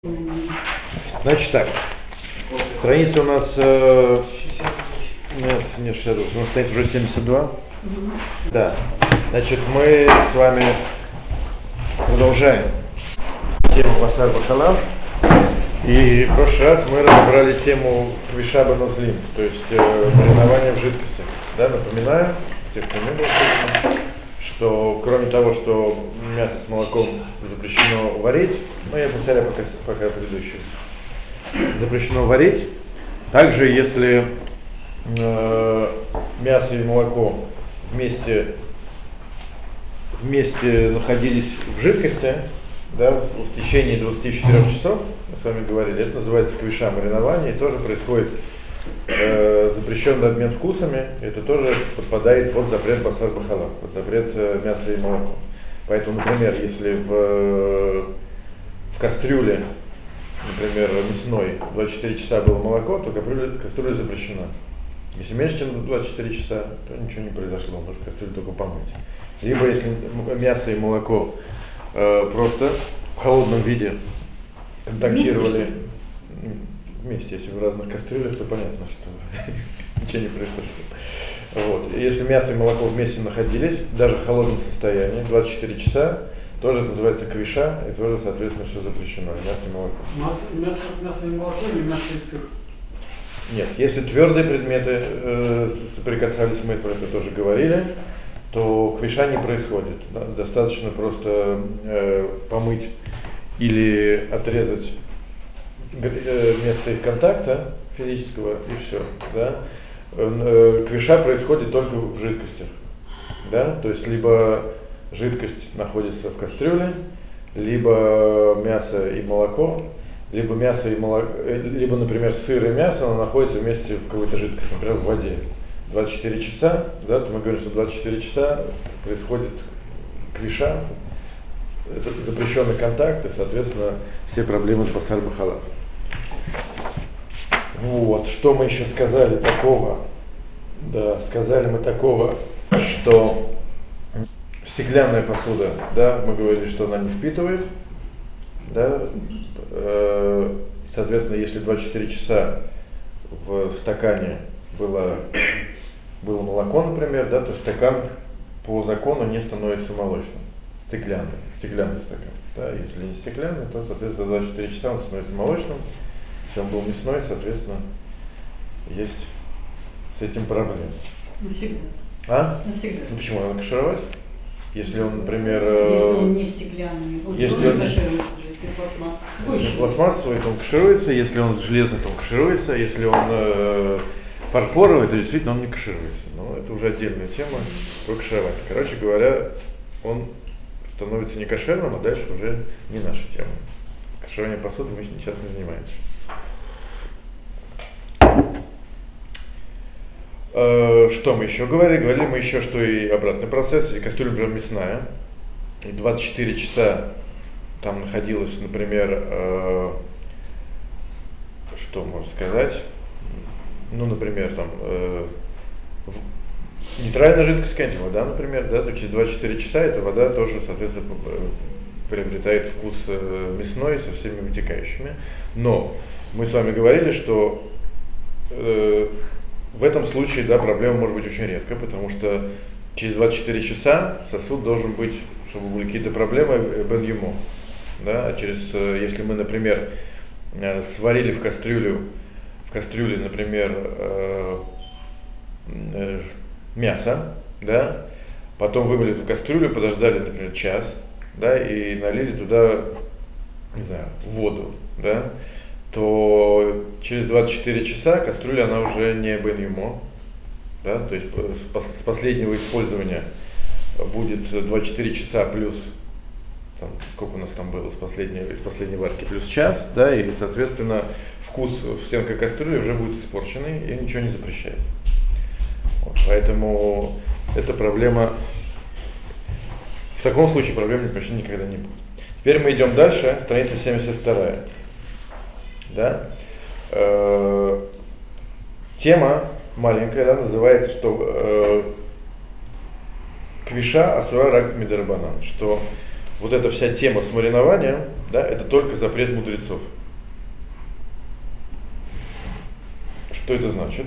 Значит так, страница у нас, нет, не 62, у нас страница уже 72. Да, значит, мы с вами продолжаем тему Басар Бахалав. И в прошлый раз мы разобрали тему Квиша Банузлим, то есть маринование в жидкости. Да, напоминаю, тех, кто не был, что кроме того, что мясо с молоком запрещено варить, я повторяю пока предыдущее, запрещено варить, также если мясо и молоко вместе находились в жидкости, да, в течение 24 часов, мы с вами говорили, это называется квиша, маринование, и тоже происходит запрещенный обмен вкусами, это тоже подпадает под запрет басар бахалав, под запрет мяса и молока. Поэтому, например, если в кастрюле, например, мясной 24 часа было молоко, то кастрюля запрещена. Если меньше, чем 24 часа, то ничего не произошло, можно кастрюлю только помыть. Либо если мясо и молоко просто в холодном виде контактировали вместе, если в разных кастрюлях, то понятно, что ничего не происходит. Вот. Если мясо и молоко вместе находились, даже в холодном состоянии, 24 часа, тоже это называется квиша, и тоже, соответственно, все запрещено, мясо и молоко. Мясо и молоко или мясо и сыр? Нет, если твердые предметы соприкасались, мы про это тоже говорили, то квиша не происходит. Да? Достаточно просто помыть или отрезать место их контакта физического, и все. Да? Квиша происходит только в жидкостях. Да? То есть либо жидкость находится в кастрюле, либо мясо и молоко, либо мясо и молоко, либо, например, сыр и мясо, оно находится вместе в какой-то жидкости, например, в воде. 24 часа, да, то мы говорим, что 24 часа происходит квиша, это запрещенный контакт, и, соответственно, все проблемы с басар бахалав. Вот, что мы еще сказали такого? Да, сказали мы такого, что стеклянная посуда, да, мы говорили, что она не впитывает, да, соответственно, если 24 часа в стакане было молоко, например, да, то стакан по закону не становится молочным. Стеклянный стакан. Да, если не стеклянный, то, соответственно, 24 часа он становится молочным. Если он был мясной, соответственно, есть с этим проблемы. Навсегда. А? Навсегда. Ну почему? Надо кашировать? Если он, например... Если он не стеклянный, он если он кашируется уже, если пластмассовый. Если пластмассовый, то он кашируется, если он железный, то он кашируется, если он фарфоровый, то действительно он не кашируется. Но это уже отдельная тема про каширование. Короче говоря, он становится не кошерным, а дальше уже не наша тема. Каширование посуды мы сейчас не занимаемся. Что мы еще говорили? Говорили мы еще, что и обратный процесс, если кастрюля, например, мясная, и 24 часа там находилась, например, что можно сказать, ну, например, там, нейтральная жидкость какая-нибудь, вода, например, да, то через 24 часа эта вода тоже, соответственно, приобретает вкус мясной со всеми вытекающими. Но мы с вами говорили, что в этом случае, да, проблема может быть очень редко, потому что через 24 часа сосуд должен быть, чтобы были какие-то проблемы, бен юмо. Да, а если мы, например, сварили в кастрюле, например, мясо, да, потом вымыли эту кастрюлю, подождали, например, час, да, и налили туда, не знаю, воду, да, то через 24 часа кастрюля, она уже не бен юмо, да, то есть с последнего использования будет 24 часа плюс, там, сколько у нас там было из последней варки, плюс час, да, и, соответственно, вкус в стенках кастрюли уже будет испорченный и ничего не запрещает. Вот, поэтому эта проблема, в таком случае проблем почти никогда не будет. Теперь мы идем дальше, страница 72. Да? Тема маленькая, да, называется, что квиша асура рак мидарбанан, что вот эта вся тема с маринованием, да, это только запрет мудрецов. Что это значит?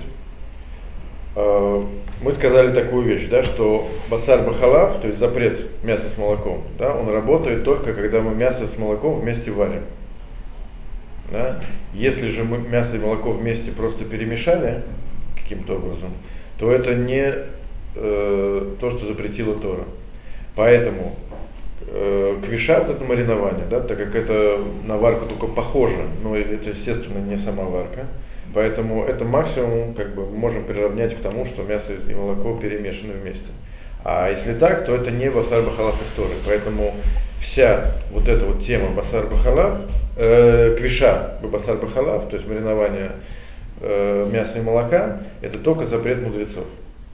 Мы сказали такую вещь, да, что басар бахалав, то есть запрет мяса с молоком, да, он работает только когда мы мясо с молоком вместе варим. Да? Если же мы мясо и молоко вместе просто перемешали каким-то образом, то это не то, что запретила Тора. Поэтому квиша, вот это маринование, да, так как это на варку только похоже, но это, естественно, не сама варка, поэтому это максимум, как бы, мы можем приравнять к тому, что мясо и молоко перемешаны вместе. А если так, то это не басар бахалав из Торы. Поэтому вся вот эта вот тема басар бахалав, квиша басар бахалав, то есть маринование мяса и молока, это только запрет мудрецов.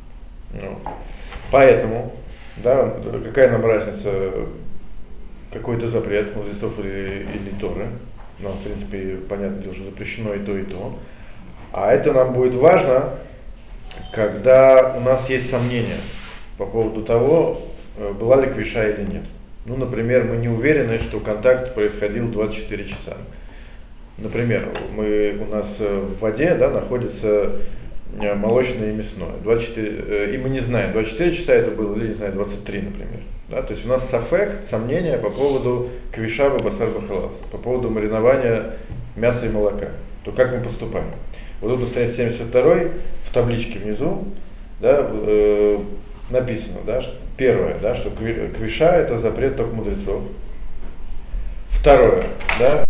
Поэтому, да, какая нам разница, какой-то запрет мудрецов или Торы. Нам, в принципе, понятно дело, что запрещено и то, и то. А это нам будет важно, когда у нас есть сомнения по поводу того, была ли квиша или нет. Ну, например, мы не уверены, что контакт происходил 24 часа. Например, у нас в воде, да, находится молочное и мясное. 24, и мы не знаем, 24 часа это было или, не знаю, 23, например. Да? То есть у нас сафек, сомнения по поводу квиша басар бахалав, по поводу маринования мяса и молока. То как мы поступаем? Вот тут на странице 72 в табличке внизу, да, написано, да, что, первое, да, что квиша это запрет только мудрецов. Второе, да,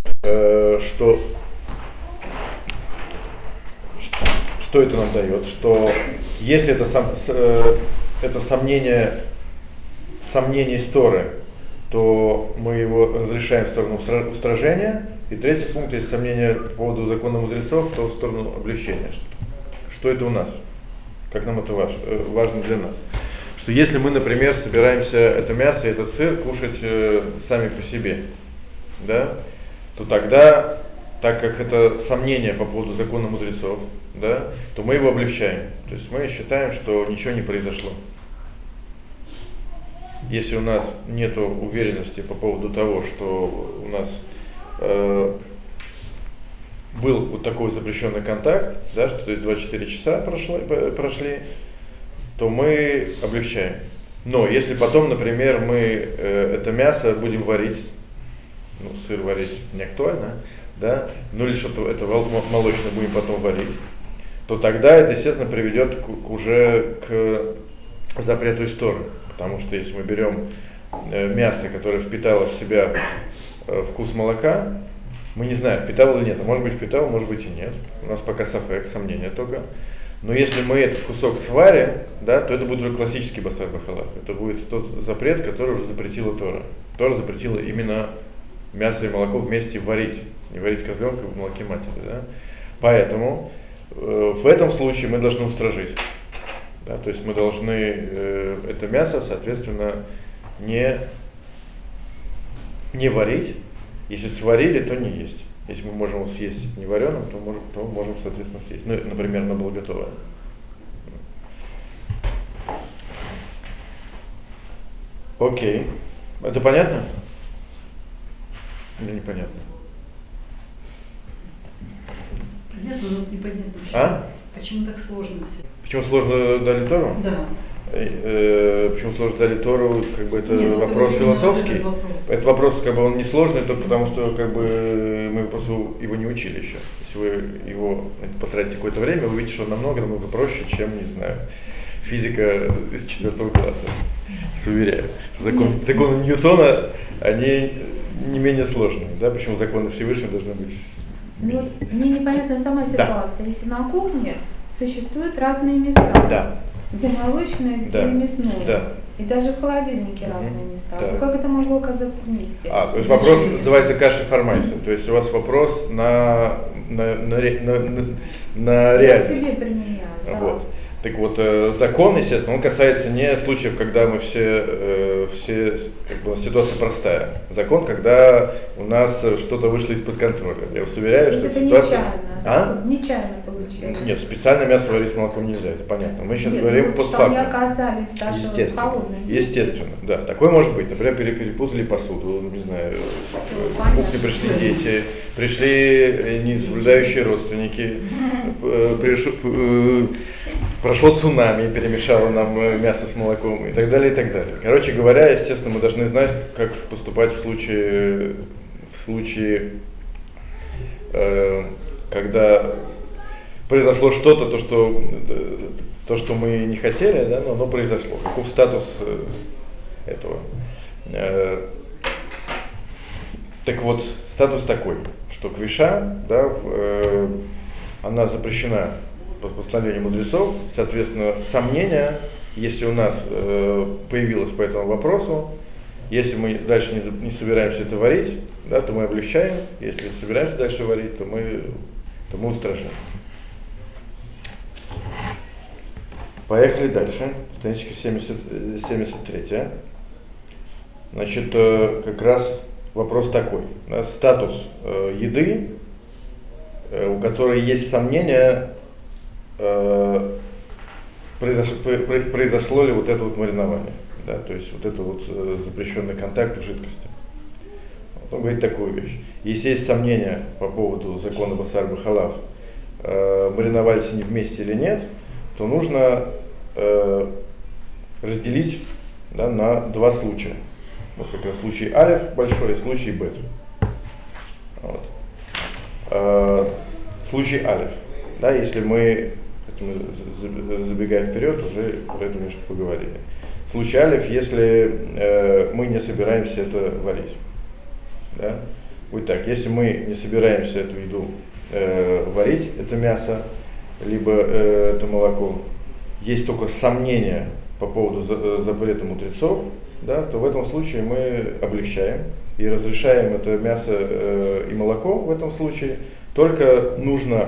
что это нам дает? Что если это сомнение из Торы, то мы его разрешаем в сторону устражения. И третий пункт, если сомнение по поводу закона мудрецов, то в сторону облегчения. Что это у нас? Как нам это важно для нас? Что если мы, например, собираемся это мясо и этот сыр кушать сами по себе, да, то тогда, так как это сомнение по поводу закона мудрецов, да, то мы его облегчаем. То есть мы считаем, что ничего не произошло. Если у нас нет уверенности по поводу того, что у нас был вот такой запрещенный контакт, да, что то есть 24 часа прошли, то мы облегчаем. Но если потом, например, мы это мясо будем варить, ну, сыр варить не актуально, да, ну или что-то это молочное будем потом варить, то тогда это, естественно, приведет уже к запрету из Торы. Потому что если мы берем мясо, которое впитало в себя вкус молока, мы не знаем, впитал или нет. А может быть впитал, может быть и нет. У нас пока сафек, сомнения только. Но если мы этот кусок сварим, да, то это будет уже классический басар бахалав. Это будет тот запрет, который уже запретила Тора. Тора запретила именно мясо и молоко вместе варить. Не варить козленка в молоке матери. Да? Поэтому в этом случае мы должны устражить. Да, то есть мы должны это мясо, соответственно, не варить. Если сварили, то не есть. Если мы можем его съесть не вареным, то можем, соответственно, съесть. Ну, например, на полуготовое. Окей. Это понятно? Или непонятно? Понятно, но непонятно. Почему так сложно все? Почему сложно дали Тору? Да. Почему сложно дали Тору, как бы это Нет, вопрос философский. Это вопрос, как бы он не сложный, только потому что как бы мы просто его не учили еще. Если вы его потратите какое-то время, вы увидите, что он намного проще, чем, не знаю, физика из 4 класса. Уверяю. Законы Ньютона, они не менее сложные, да? Почему законы Всевышнего должны быть? Ну, мне непонятна сама ситуация. Да. Если на кухне существуют разные места, да, где молочное, где да, мясное, да, и даже в холодильнике разные места, да, то как это могло оказаться вместе? То есть вопрос называется каша информации. То есть у вас вопрос на реальность. Я себе применяю. Да. Вот. Так вот, закон, естественно, он касается не случаев, когда мы как бы, ситуация простая. Закон, когда у нас что-то вышло из-под контроля. Я вас уверяю, что это ситуация... нечаянно, нечаянно получается. Нет, специально мясо варить с молоком нельзя, это понятно. Мы сейчас Нет, говорим постфактум. не оказались даже Естественно, холодные. естественно, да. Такое может быть. Например, перепутали посуду, не знаю, в кухне пришли дети, пришли несоблюдающие родственники, прошло цунами, перемешало нам мясо с молоком и так далее, и так далее. Короче говоря, естественно, мы должны знать, как поступать в случае, когда произошло что-то, то, что мы не хотели, да, но оно произошло. Каков статус этого? Так вот, статус такой, что квиша, да, она запрещена по постановлению мудрецов, соответственно, сомнения, если у нас появилось по этому вопросу, если мы дальше не собираемся это варить, да, то мы облегчаем, если собираемся дальше варить, то мы устражаем. Поехали дальше, страничка 73. Значит, как раз вопрос такой, да, статус еды, у которой есть сомнения, произошло ли вот это вот маринование, да, то есть вот это вот запрещенный контакт в жидкости. Вот он говорит такую вещь. Если есть сомнения по поводу закона басар бахалав, мариновались они вместе или нет, то нужно разделить, да, на два случая. Вот как раз случай алеф большой и случай бет. Вот. Случай алеф. Да, если мы забегая вперед, уже про это немножко поговорили. Случай алеф, если мы не собираемся это варить. Да? Вот так, если мы не собираемся эту еду варить, это мясо, либо это молоко, есть только сомнения по поводу запрета мудрецов, да, то в этом случае мы облегчаем и разрешаем это мясо и молоко в этом случае. Только нужно,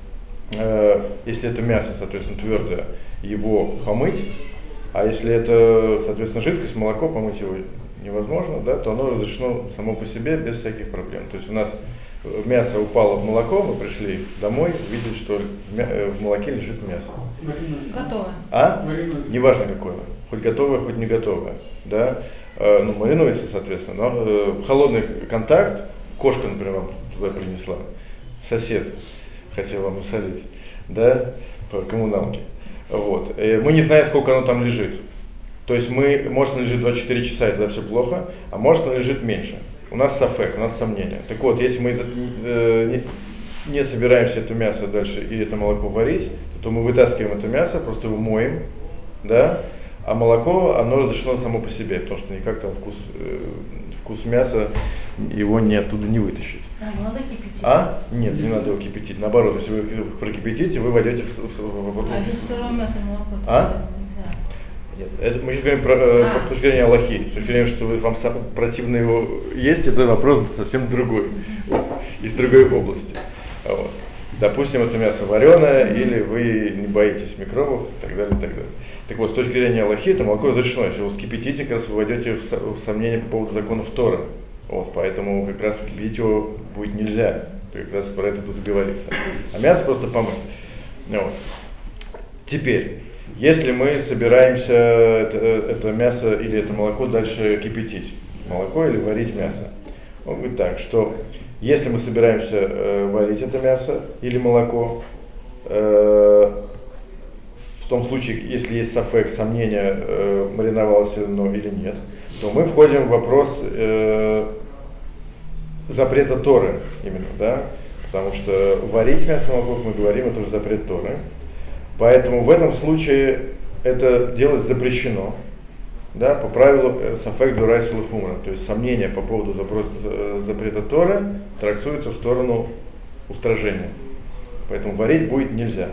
если это мясо, соответственно, твердое, его помыть, а если это, соответственно, жидкость, молоко, помыть его невозможно, да, то оно разрешено само по себе без всяких проблем. То есть у нас мясо упало в молоко, мы пришли домой, видели, что в молоке лежит мясо. Готово. Маринуется. Неважно какое, хоть готовое, хоть не готовое, да, маринуется, соответственно, но холодный контакт, кошка, например, вам туда принесла, сосед хотел вам насолить, да, по коммуналке, вот, мы не знаем, сколько оно там лежит, то есть может оно лежит 24 часа, это все плохо, а может оно лежит меньше. У нас сафек, у нас сомнения. Так вот, если мы не собираемся это мясо дальше и это молоко варить, то мы вытаскиваем это мясо, просто его моем, да, а молоко, оно разрешено само по себе, потому что никак там вкус мяса, его оттуда не вытащить. Да, надо кипятить. Нет, не надо его кипятить. Наоборот, если вы прокипятите, вы войдете в А если сырое мясо молоко? Нельзя. Нет, это мы сейчас говорим про с точки зрения Аллахи. С точки зрения, что вам противно его есть, это вопрос совсем другой, из другой области. Вот. Допустим, это мясо вареное, или вы не боитесь микробов, и так далее, и так далее. Так вот, с точки зрения Аллахи, это молоко разрешено. Если вы вскипятите, как раз вы войдете в сомнение по поводу законов Торы. Вот, поэтому как раз вскипятить его будет нельзя. Как раз про это тут и говорится. А мясо просто помыть. Вот. Теперь, если мы собираемся это мясо или это молоко дальше кипятить, молоко или варить мясо, он говорит так, что если мы собираемся варить это мясо или молоко, в том случае, если есть сафек, сомнения, мариновалось оно или нет, то мы входим в вопрос запрета Торы именно, да, потому что варить мясо, молоко, как мы говорим, это уже запрет Торы. Поэтому в этом случае это делать запрещено, да, по правилу сафек дурайс лухумра, то есть сомнения по поводу запрета Торы трактуются в сторону устражения. Поэтому варить будет нельзя.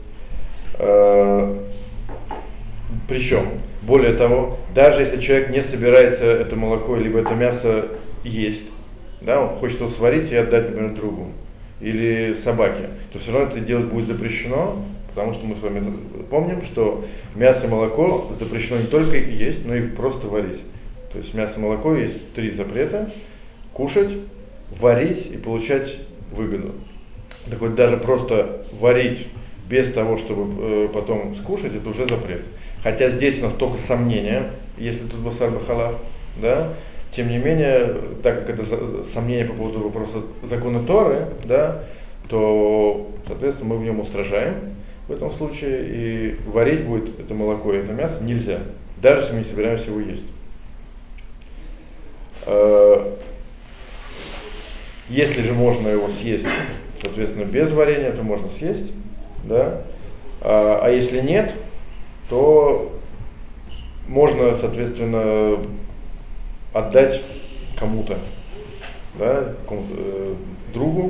Причем, более того, даже если человек не собирается это молоко либо это мясо есть, да, он хочет его сварить и отдать, например, другу или собаке, то все равно это делать будет запрещено, Потому что мы с вами помним, что мясо и молоко запрещено не только есть, но и просто варить. То есть мясо и молоко есть 3 запрета: кушать, варить и получать выгоду. Так вот, даже просто варить без того, чтобы потом скушать, это уже запрет. Хотя здесь у нас только сомнения, если тут басар бахалав, да, тем не менее, так как это сомнение по поводу вопроса закона Торы, да, то, соответственно, мы в нем устражаем в этом случае, и варить будет это молоко и это мясо нельзя, даже если мы не собираемся его есть. Если же можно его съесть, соответственно, без варенья, то можно съесть, да, а если нет, то можно, соответственно, отдать кому-то, да, какому-то другу,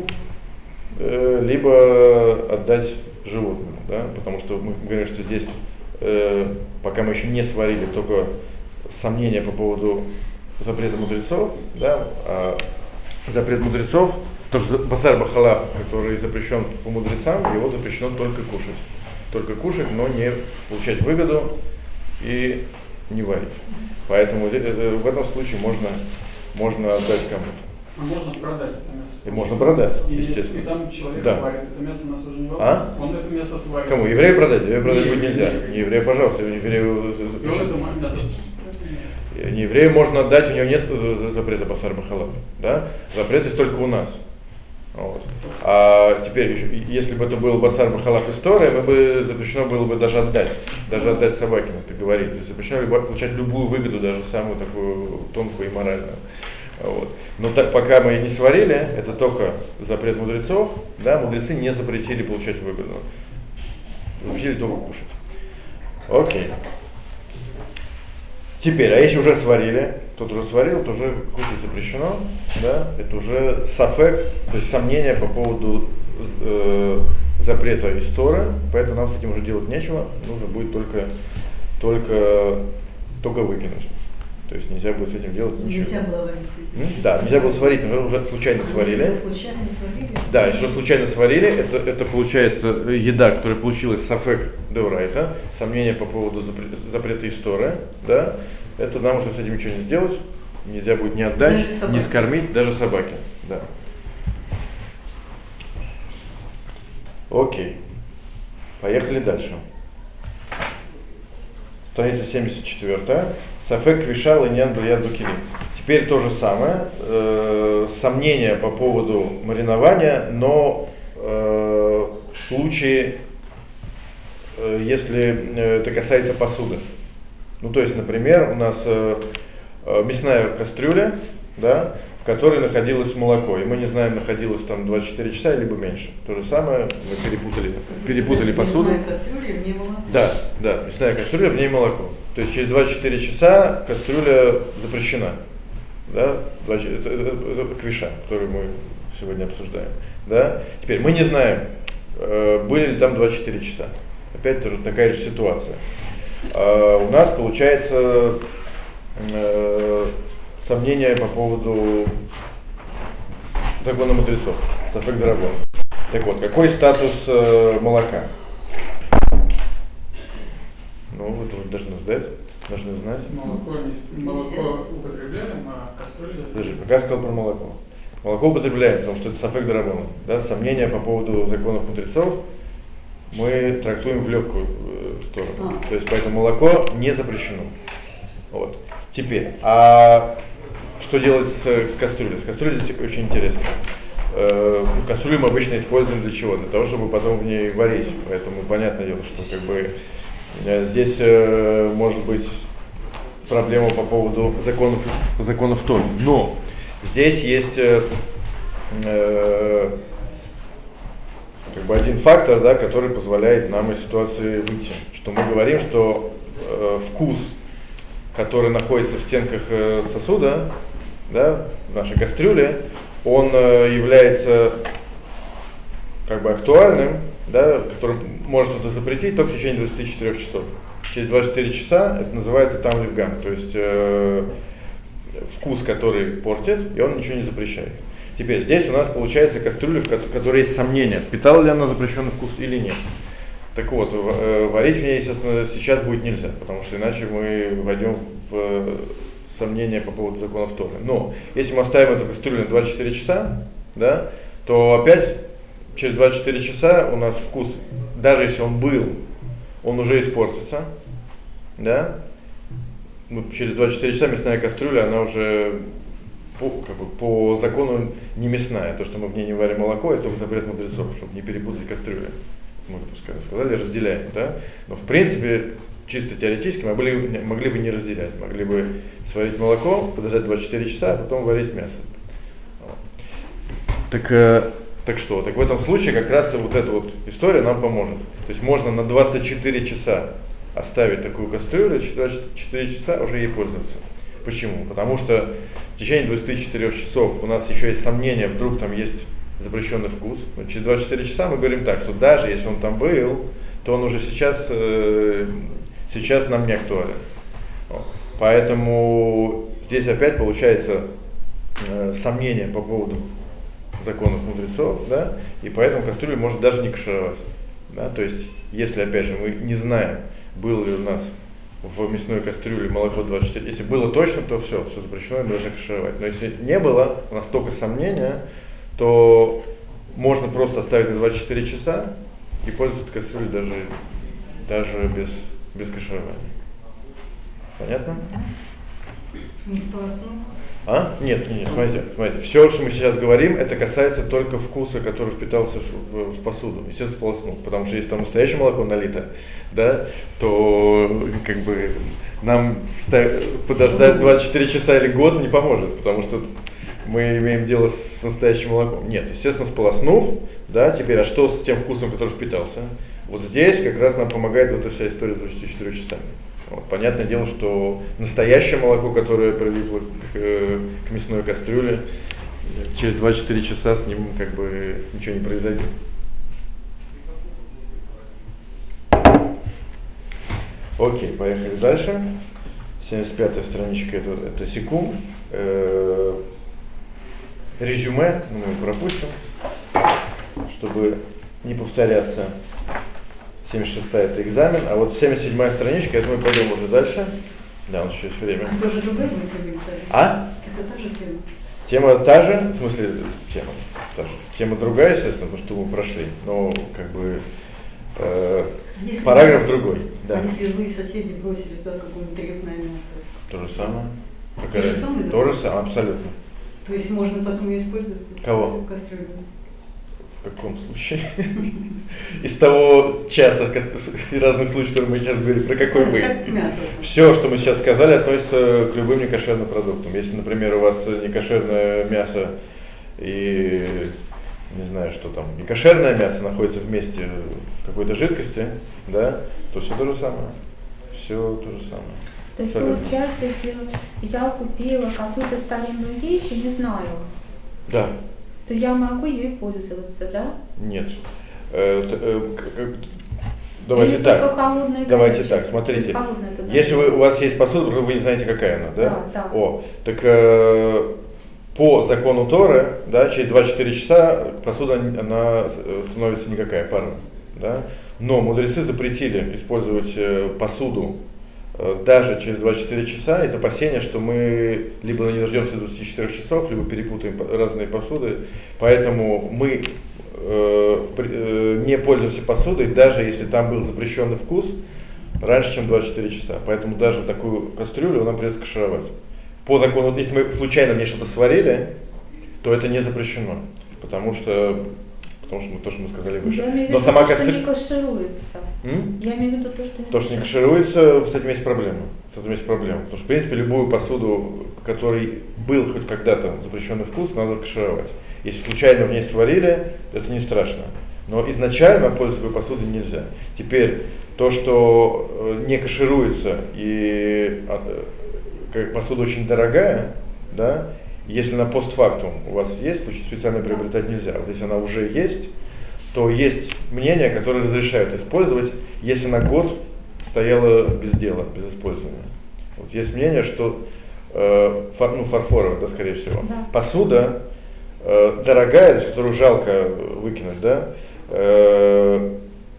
либо отдать животному, да, потому что мы говорим, что здесь, пока мы еще не сварили, только сомнения по поводу запрета мудрецов, да, а запрет мудрецов, тоже басар бахалав, который запрещен по мудрецам, его запрещено только кушать, но не получать выгоду и не варить. Поэтому в этом случае можно отдать кому-то. А можно продать это мясо? И можно продать, естественно. И там человек да. сварит это мясо, у нас уже не вопрос. Он это мясо сварит. Кому? Еврею продать? Еврею продать будет нельзя. Не еврею, пожалуйста, еврею. И он это мясо. Не еврею можно отдать, у него нет запрета басар бахалав. Да? Запрет есть только у нас. Вот. А теперь, если бы это был басар бахалав история, мы бы запрещено было бы даже отдать собаке, это говорить. То есть запрещено получать любую выгоду, даже самую такую тонкую и моральную. Вот. Но так, пока мы не сварили, это только запрет мудрецов, да, мудрецы не запретили получать выгоду. Запретили только кушать. Окей. Теперь, а если уже сварили, тот уже сварил, то уже кушать запрещено, да, это уже сафек, то есть сомнение по поводу запрета из Торы, поэтому нам с этим уже делать нечего, нужно будет только выкинуть. То есть нельзя будет с этим делать ничего. Нельзя было варить. Да, нельзя было сварить, но уже случайно сварили. Если случайно сварили. Да, если случайно сварили, это получается еда, которая получилась сафек деорайта, сомнение по поводу запрета из Торы, да, это нам уже с этим ничего не сделать, нельзя будет ни отдать, ни скормить, даже собаке. Да. Окей, поехали дальше. Страница 74. Сафек квишал и нян бельяд бакилим. Теперь то же самое, сомнения по поводу маринования, но в случае, если это касается посуды. Ну, то есть, например, у нас мясная кастрюля, да, в которой находилось молоко, и мы не знаем, находилось там 24 часа, либо меньше. То же самое, мы перепутали посуду. Мясная кастрюля, в ней молоко. Да, мясная кастрюля, в ней молоко. То есть через 24 часа кастрюля запрещена. Да? Это квиша, которую мы сегодня обсуждаем. Да? Теперь мы не знаем, были ли там 24 часа. Опять тоже такая же ситуация. У нас получается сомнение по поводу закона мудрецов, сафек дарабон. Так вот, какой статус молока? Ну, это вы должны знать. Молоко употребляем, а кастрюля... Подожди, пока я сказал про молоко. Молоко употребляем, потому что это сафек дарабон. Да, сомнения по поводу законов мудрецов мы трактуем в легкую сторону. То есть поэтому молоко не запрещено. Вот. Теперь, а что делать с кастрюлей? С кастрюлей здесь очень интересно. Кастрюлю мы обычно используем для чего? Для того, чтобы потом в ней варить. Поэтому понятное дело, что как бы здесь может быть проблема по поводу законов Торы. Но здесь есть как бы один фактор, да, который позволяет нам из ситуации выйти. Что мы говорим, что вкус, который находится в стенках сосуда, да, в нашей кастрюле, он является как бы актуальным, да, который может это запретить только в течение 24 часов. Через 24 часа это называется там ливгам, то есть вкус, который портит, и он ничего не запрещает. Теперь здесь у нас получается кастрюля, в которой есть сомнения, впитала ли она запрещенный вкус или нет. Так вот, варить в ней, естественно, сейчас будет нельзя, потому что иначе мы войдем в сомнения по поводу законов Торы. Но если мы оставим эту кастрюлю на 24 часа, да, то опять через 24 часа у нас вкус, даже если он был, он уже испортится, да. Ну, через 24 часа мясная кастрюля, она уже по закону не мясная. То, что мы в ней не варим молоко, это только запрет мудрецов, чтобы не перепутать кастрюли. Мы сказали, разделяем, да? Но в принципе, чисто теоретически мы могли бы не разделять. Могли бы сварить молоко, подождать 24 часа, а потом варить мясо. Так что? Так в этом случае как раз вот эта вот история нам поможет. То есть можно на 24 часа оставить такую кастрюлю, 24 часа уже ей пользоваться. Почему? Потому что в течение 24 часов у нас еще есть сомнения, вдруг там есть запрещенный вкус. Но через 24 часа мы говорим так, что даже если он там был, то он уже сейчас нам не актуален. Поэтому здесь опять получается сомнение по поводу законов мудрецов, да, и поэтому кастрюлю может даже не кашировать. Да? То есть, если опять же мы не знаем, было ли у нас в мясной кастрюле молоко 24, если было точно, то все запрещено, и должны кашировать. Но если не было, у нас только сомнения, то можно просто оставить на 24 часа и пользоваться кастрюлей даже без каширования. Понятно? Не сполоснув? Нет, смотрите. Все, что мы сейчас говорим, это касается только вкуса, который впитался в посуду. Естественно, сполоснуть. Потому что если там настоящее молоко налито, да, то как бы нам подождать 24 часа или год не поможет, потому что мы имеем дело с настоящим молоком. Нет, естественно, сполоснув, да, теперь, а что с тем вкусом, который впитался? Вот здесь как раз нам помогает вот эта вся история с 24 часами. Вот. Понятное дело, что настоящее молоко, которое прилипло к мясной кастрюле, через 24 часа с ним как бы ничего не произойдет. Окей, поехали дальше. 75-я страничка, это секунд. Резюме, мы пропустим, чтобы не повторяться. 76-я это экзамен, а вот 77-я страничка, это мы пойдем уже дальше. Да, у нас еще есть время. Это уже другая будет тема? Это та же тема? Тема та же, в смысле тема та же. Тема другая, естественно, потому что мы прошли, но как бы параграф другой. Да. А если злые соседи бросили туда какое-нибудь трефное мясо? То же самое. Те же самые? То же самое, абсолютно. То есть можно потом ее использовать? Кого? Кастрюлю? В каком случае? Из того часа и разных случаев, которые мы сейчас говорили, про какой вы? Все, что мы сейчас сказали, относится к любым некошерным продуктам. Если, например, у вас некошерное мясо и, не знаю, что там, некошерное мясо находится вместе в какой-то жидкости, да, то все то же самое. Все то же самое. То есть получается, если я купила какую-то старинную вещь и не знаю, да, то я могу ей пользоваться, да? Нет. Давайте так. Давайте так, смотрите. Если у вас есть посуда, вы не знаете, какая она, да? Да. Так по закону Торы, да, через 24 часа посуда она становится никакая, пара, да? Но мудрецы запретили использовать посуду даже через 24 часа из опасения, что мы либо не дождемся 24 часов, либо перепутаем разные посуды. Поэтому мы не пользуемся посудой, даже если там был запрещенный вкус, раньше, чем 24 часа. Поэтому даже такую кастрюлю нам придется кашировать. По закону, если мы случайно в ней что-то сварили, то это не запрещено. Потому что то, что мы сказали выше. Я имею в виду сама то, что не кашируется. Я имею в виду то, что не кашируется, с этим есть проблема. Потому что, в принципе, любую посуду, в которой был хоть когда-то запрещенный вкус, надо кашировать. Если случайно в ней сварили, это не страшно. Но изначально пользоваться такой посудой нельзя. Теперь, то, что не кашируется и посуда очень дорогая, да, если на постфактум у вас есть, то специально приобретать нельзя. Вот если она уже есть, то есть мнения, которые разрешают использовать, если на год стояла без дела, без использования. Вот есть мнение, что фарфоровая, да, скорее всего, да. Посуда дорогая, которую жалко выкинуть, да,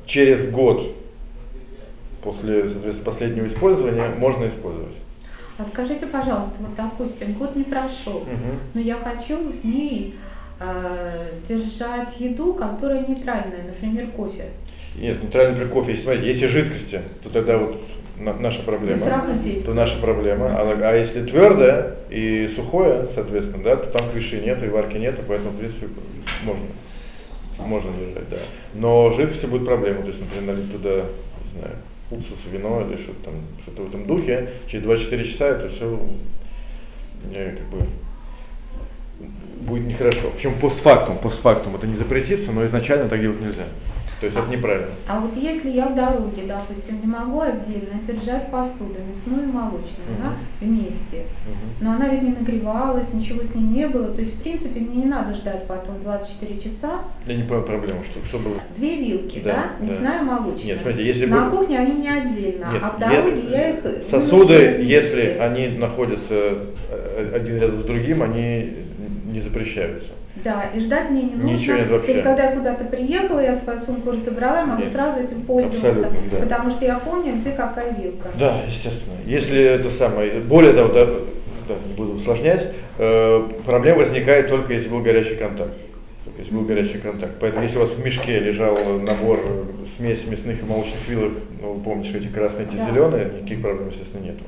через год после, соответственно, последнего использования можно использовать. А скажите, пожалуйста, вот допустим, год не прошел, но я хочу в ней держать еду, которая нейтральная, например, кофе. Нет, нейтральный при кофе, если жидкости, то тогда вот наша проблема. То наша проблема. А если твердое и сухое, соответственно, да, то там квиши нет и варки нет, поэтому, в принципе, можно держать, да. Но жидкости будет проблема, то есть, например, налить туда, не знаю, уксус, вино или что-то в этом духе, через 24 часа это все как бы будет нехорошо. Причем постфактум это не запретится, но изначально так делать нельзя. То есть это неправильно. А вот если я в дороге, допустим, не могу отдельно держать посуду, мясную и молочную, да, вместе, но она ведь не нагревалась, ничего с ней не было, то есть в принципе мне не надо ждать потом 24 часа. Я не понял проблему, что было? 2 вилки, да, мясная и молочная. Нет, смотрите, если на кухне они у меня отдельно, нет, а в дороге я их... Сосуды, если они находятся один рядом с другим, они не запрещаются. Да, и ждать мне не нужно. Ничего нет вообще. То есть, когда я куда-то приехала, я свою сумку разобрала, могу сразу этим пользоваться, да. потому что я помню, где какая вилка. Да, естественно. Если это самое, более того, не буду усложнять, проблема возникает только если был горячий контакт. Поэтому если у вас в мешке лежал набор смесь мясных и молочных вилок, ну вы помните, что эти красные, эти зеленые, никаких проблем, естественно, нету.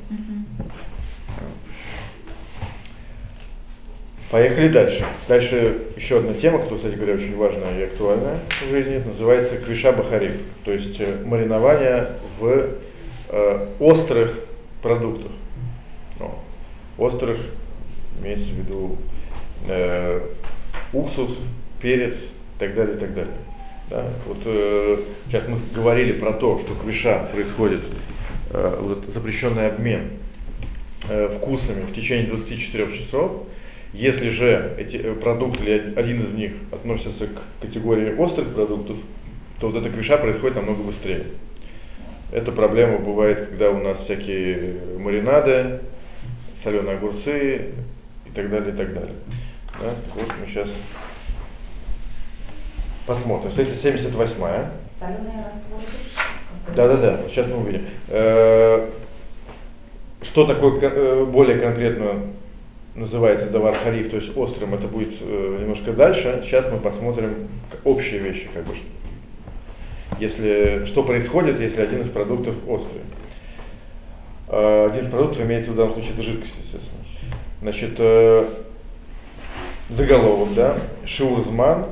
Поехали дальше. Дальше еще одна тема, которая, кстати говоря, очень важная и актуальная в жизни, это называется квиша бахариф, то есть маринование в острых продуктах. Острых имеется в виду уксус, перец и так далее, и так далее. Да? Вот сейчас мы говорили про то, что квиша происходит, запрещенный обмен вкусами в течение 24 часов. Если же эти продукты или один из них относится к категории острых продуктов, то вот эта квиша происходит намного быстрее. Эта проблема бывает, когда у нас всякие маринады, соленые огурцы и так далее, и так далее. Да? Вот мы сейчас посмотрим. Страница 78-я. Соленые растворы. Да, сейчас мы увидим. Что такое более конкретно называется давар хариф, то есть острым, это будет немножко дальше. Сейчас мы посмотрим общие вещи, как бы, что происходит, если один из продуктов острый. Один из продуктов имеется в данном случае это жидкость, естественно. Значит, заголовок, да, шиурзман,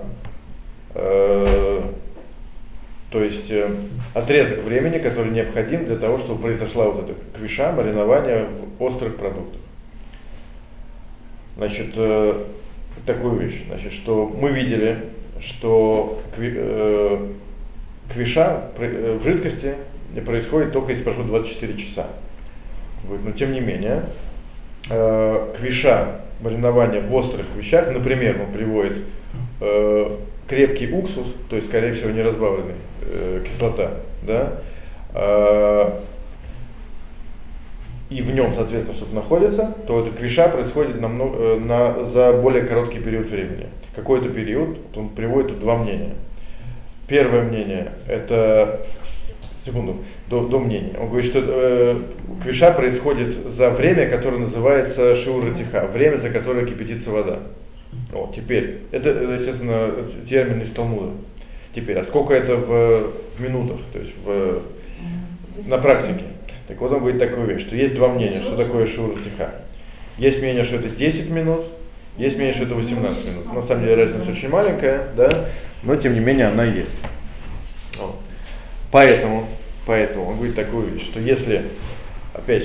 то есть отрезок времени, который необходим для того, чтобы произошла вот эта квиша, маринование в острых продуктах. Значит, такую вещь, значит, что мы видели, что квиша в жидкости происходит только если прошло 24 часа. Но тем не менее, квиша, маринование в острых вещах, например, он приводит крепкий уксус, то есть, скорее всего, неразбавленный кислота, да, и в нем, соответственно, что-то находится, то эта квиша происходит за более короткий период времени. Какой-то период, он приводит тут два мнения. Первое мнение, это, до мнения. Он говорит, что квиша происходит за время, которое называется шиур ратиха, время, за которое кипятится вода. Теперь, это, естественно, термин из Талмуда. Теперь, а сколько это в минутах, то есть на практике? Так вот он говорит такую вещь, что есть два мнения, что такое шиур ратиха. Есть мнение, что это 10 минут, есть мнение, что это 18 минут. На самом деле разница очень маленькая, да, но тем не менее она есть. Поэтому он говорит такую вещь, что если, опять,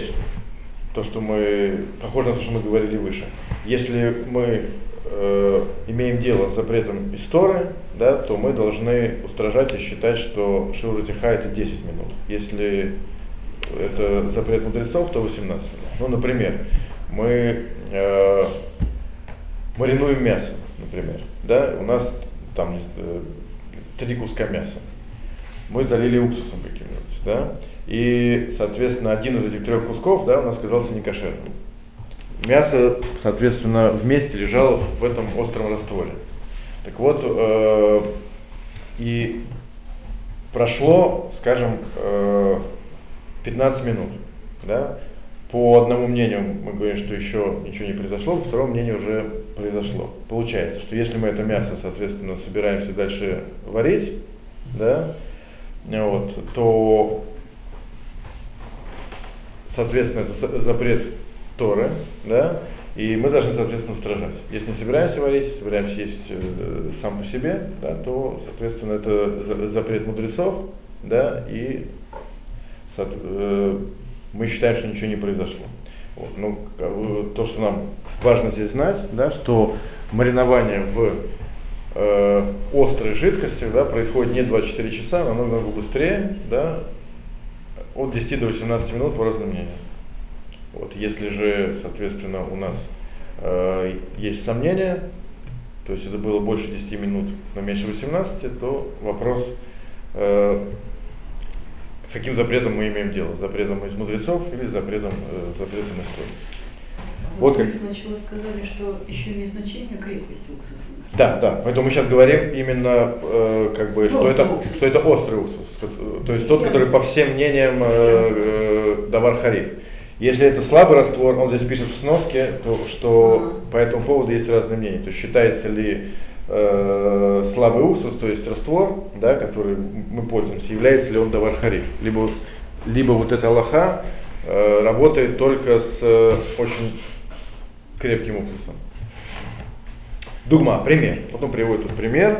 похоже на то, что мы говорили выше, если мы имеем дело с запретом из Торы, да, то мы должны устражать и считать, что шиур ратиха это 10 минут. Если это запрет мудрецов, то 18 минут. Например, мы маринуем мясо, например, да, у нас там 3 куска мяса. Мы залили уксусом каким-нибудь, да, и, соответственно, один из этих 3 кусков, да, у нас оказался некошерным. Мясо, соответственно, вместе лежало в этом остром растворе. Так вот, и прошло, скажем, 15 минут, да? По одному мнению мы говорим, что еще ничего не произошло, по второму мнению уже произошло. Получается, что если мы это мясо, соответственно, собираемся дальше варить, да, вот, то, соответственно, это запрет Торы, да, и мы должны, соответственно, устражать. Если не собираемся варить, собираемся есть сам по себе, да, то, соответственно, это запрет мудрецов, да, и мы считаем, что ничего не произошло. Вот. Ну, то, что нам важно здесь знать, да, что маринование в острой жидкости, да, происходит не 24 часа, но намного быстрее, да, от 10 до 18 минут по разным мнениям. Вот. Если же, соответственно, у нас есть сомнения, то есть это было больше 10 минут, но меньше 18, то вопрос, с каким запретом мы имеем дело? Запретом из мудрецов или запретом истории? Вот как сначала сказали, что еще имеет значение крепость уксуса. Да, поэтому мы сейчас говорим именно, что это острый уксус, то есть тот, который по всем мнениям давар хариф. Если это слабый раствор, он здесь пишет в сноске, что по этому поводу есть разные мнения. То есть считается ли слабый уксус, то есть раствор, да, который мы пользуемся, является ли он давар хариф. Либо вот эта алаха работает только с очень крепким уксусом. Дугма, пример. Вот он приводит тут пример.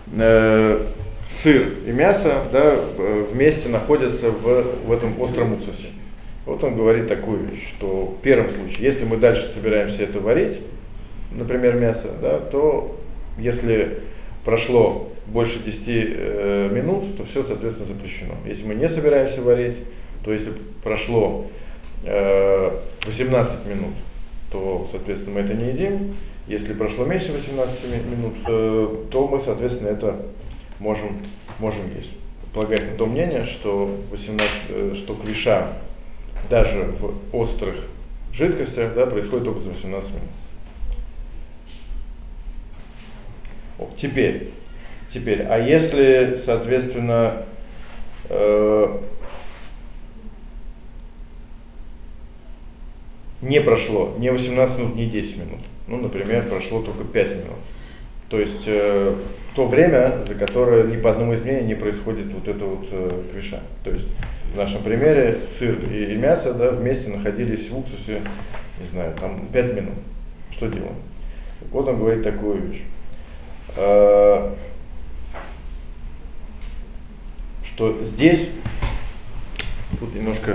Сыр и мясо, да, вместе находятся в этом остром уксусе. Вот он говорит такую вещь, что в первом случае, если мы дальше собираемся это варить, например, мясо, да, то если прошло больше 10 минут, то все, соответственно, запрещено. Если мы не собираемся варить, то если прошло 18 минут, то, соответственно, мы это не едим. Если прошло меньше 18 минут, то мы, соответственно, это можем есть. Полагаясь на то мнение, что квиша даже в острых жидкостях, да, происходит только за 18 минут. Теперь, а если, соответственно, не прошло ни 18 минут, ни 10 минут, ну, например, прошло только 5 минут, то есть то время, за которое ни по одному из мнений не происходит вот это вот квиша. То есть в нашем примере сыр и мясо, да, вместе находились в уксусе, не знаю, там 5 минут. Что делаем? Вот он говорит такую вещь. Что здесь, тут немножко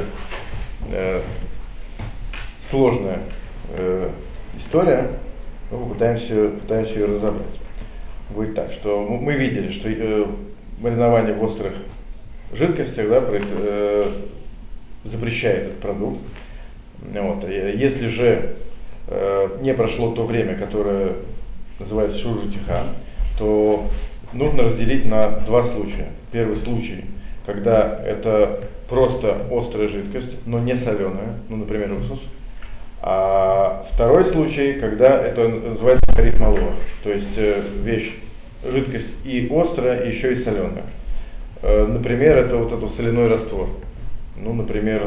сложная история, но мы пытаемся ее разобрать. Говорит так, что мы видели, что маринование в острых жидкостях, да, запрещает этот продукт. Вот. Если же не прошло то время, которое называется шур-житиха, то нужно разделить на два случая. Первый случай, когда это просто острая жидкость, но не соленая, ну, например, уксус. А второй случай, когда это называется хариф малуах, то есть жидкость и острая, и еще и соленая. Например, это вот этот соляной раствор. Ну, например,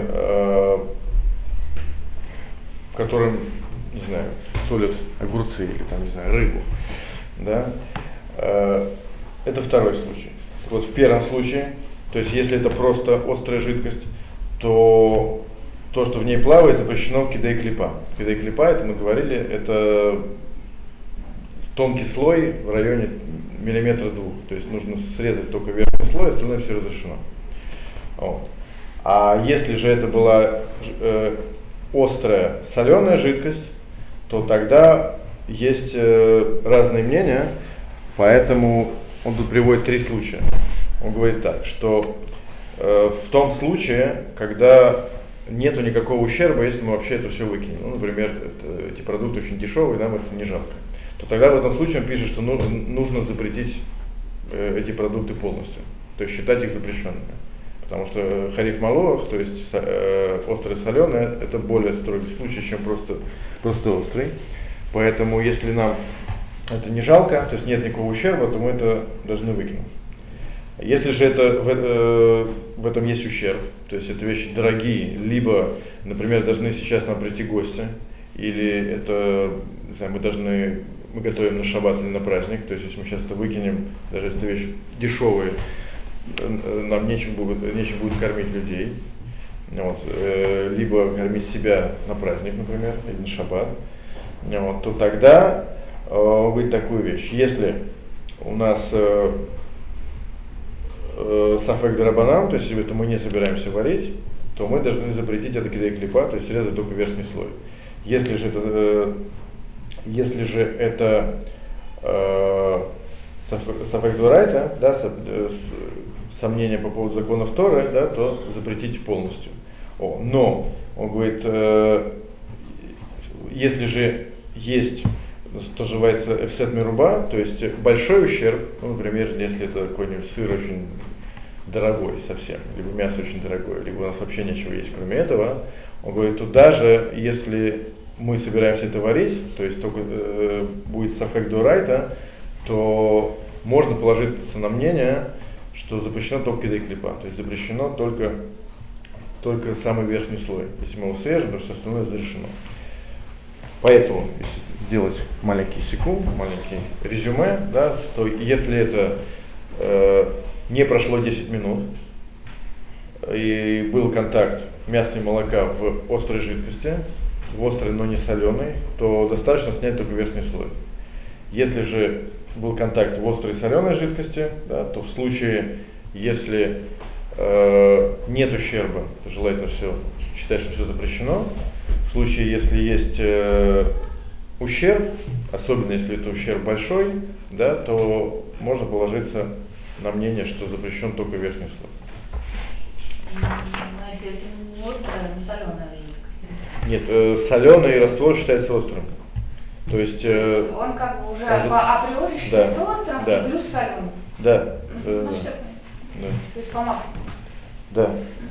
в котором, не знаю, солят огурцы или там, не знаю, рыбу. Да? Это второй случай. Вот в первом случае, то есть если это просто острая жидкость, то то, что в ней плавает, запрещено кидей клипа. Кидей клипа, это мы говорили, это тонкий слой в районе миллиметра двух. То есть нужно срезать только верхний слой, остальное все разрешено. Вот. А если же это была острая соленая жидкость, то тогда есть разные мнения, поэтому он тут приводит три случая. Он говорит так, что в том случае, когда нету никакого ущерба, если мы вообще это все выкинем. Ну, например, эти продукты очень дешевые, нам их не жалко. То тогда в этом случае он пишет, что нужно запретить эти продукты полностью. То есть считать их запрещенными. Потому что хариф малуах, то есть острое соленое, это более строгий случай, чем просто острый. Поэтому если нам это не жалко, то есть нет никакого ущерба, то мы это должны выкинуть. Если же в этом есть ущерб, то есть это вещи дорогие, либо, например, должны сейчас нам прийти гости, или это, не знаю, мы готовим на шаббат или на праздник, то есть если мы сейчас это выкинем, даже если это вещь дешевая, нам нечем будет кормить людей, вот, либо кормить себя на праздник, например, или на шаббат, вот, то тогда говорит такую вещь. Если у нас сафек дарабанан, то есть если это мы не собираемся варить, то мы должны запретить это кидей клипа, то есть резать только верхний слой. Если же это сафек дурайта, да, сомнения по поводу законов Торы, да, то запретить полностью. Но он говорит, если же есть, что называется, эфсет мируба, то есть большой ущерб, ну, например, если это какой-нибудь сыр очень дорогой совсем, либо мясо очень дорогое, либо у нас вообще ничего есть кроме этого, он говорит, то даже если мы собираемся это варить, то есть только будет сафек дурайта, то можно положиться на мнение, что запрещено только кидей клипа, то есть запрещено только самый верхний слой. Если мы его срежем, то все остальное разрешено. Поэтому, если сделать маленький секунд, маленький резюме, да, что если это не прошло 10 минут и был контакт мяса и молока в острой жидкости, в острой, но не соленой, то достаточно снять только верхний слой. Если же был контакт в острой соленой жидкости, да, то в случае, если нет ущерба, то желательно считать, что все запрещено. В случае, если есть ущерб, особенно если это ущерб большой, да, то можно положиться на мнение, что запрещен только верхний слой. Но если это не острая, но соленая жидкость? Нет, соленый раствор считается острым. То есть он как бы уже априори считается острым, да, и плюс соленым. Да. Ну, Да. То есть по маслу. Да.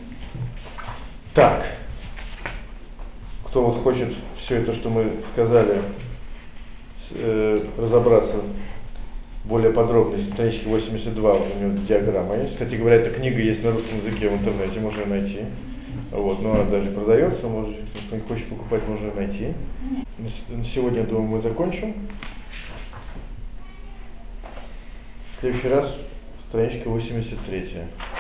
Так. Кто вот хочет все это, что мы сказали, разобраться более подробно, странички 82, вот у него диаграмма есть. Кстати говоря, эта книга есть на русском языке в интернете, можно ее найти. Вот, но она даже продается, может, кто не хочет покупать, можно ее найти. На сегодня, я думаю, мы закончим. В следующий раз страничка 83.